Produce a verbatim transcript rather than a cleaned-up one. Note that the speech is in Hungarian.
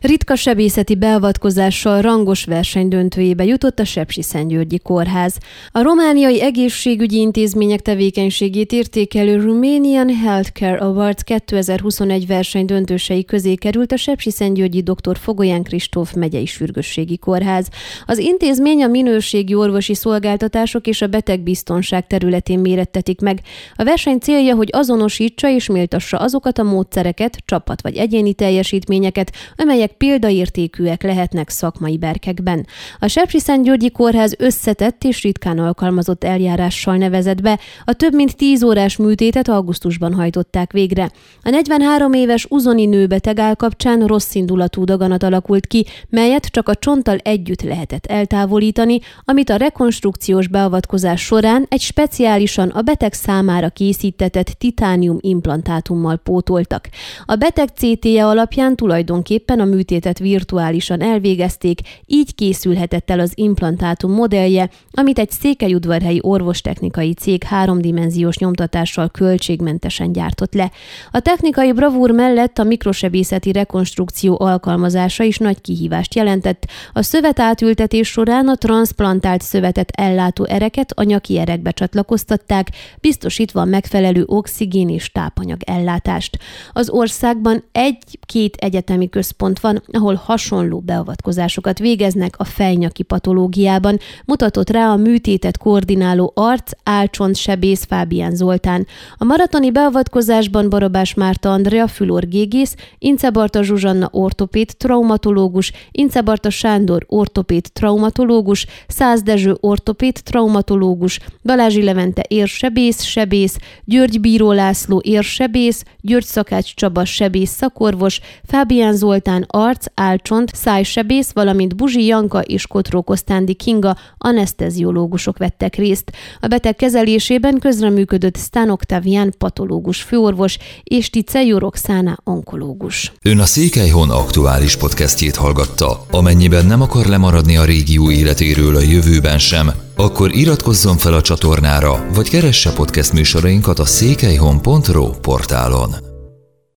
Ritka sebészeti beavatkozással rangos verseny döntőjébe jutott a Sepsiszentgyörgyi Kórház. A romániai egészségügyi intézmények tevékenységét értékelő Romanian Healthcare Awards kétezer-huszonegy verseny döntősei közé került a Sepsiszentgyörgyi dr. Fogolyán Kristóf megyei sürgősségi kórház. Az intézmény a minőségi orvosi szolgáltatások és a betegbiztonság területén mérettetik meg. A verseny célja, hogy azonosítsa és méltassa azokat a módszereket, csapat vagy egyéni teljesítményeket, amelyek példaértékűek lehetnek szakmai berkekben. A Sepsiszentgyörgyi Kórház összetett és ritkán alkalmazott eljárással nevezett be, a több mint tíz órás műtétet augusztusban hajtották végre. A negyvenhárom éves uzoni nőbeteg állkapcsán rosszindulatú daganat alakult ki, melyet csak a csonttal együtt lehetett eltávolítani, amit a rekonstrukciós beavatkozás során egy speciálisan a beteg számára készítetett titánium implantátummal pótoltak. A beteg cé té-je alapján tulajdonképpen a műtétet virtuálisan elvégezték, így készülhetett el az implantátum modellje, amit egy székelyudvarhelyi orvostechnikai cég háromdimenziós nyomtatással költségmentesen gyártott le. A technikai bravúr mellett a mikrosebészeti rekonstrukció alkalmazása is nagy kihívást jelentett. A szövetátültetés során a transzplantált szövetet ellátó ereket a nyaki erekbe csatlakoztatták, biztosítva a megfelelő oxigén és tápanyag ellátást. Az országban egy-két egyetemi központ van, ahol hasonló beavatkozásokat végeznek a fejnyaki patológiában, mutatott rá a műtétet koordináló arc-állcsont-sebész Fábián Zoltán. A maratoni beavatkozásban Barabás Márta Andrea fülorgégész, Incebarta Zsuzsanna ortopéd traumatológus, Incebarta Sándor ortopéd traumatológus, Szász Dezső ortopéd traumatológus, Balázsi Levente érsebész, sebész, György Bíró László érsebész, György Szakács Csaba sebész szakorvos, Fábián Zoltán arc, állcsont, szájsebész, valamint Buzsi Janka és Kotró Kosztándi Kinga aneszteziológusok vettek részt. A beteg kezelésében közreműködött Stan Octavian patológus főorvos és Ticei Roxana onkológus. Ön a Székelyhon aktuális podcastjét hallgatta. Amennyiben nem akar lemaradni a régió életéről a jövőben sem, akkor iratkozzon fel a csatornára, vagy keresse podcast műsorainkat a székelyhon pont ro portálon.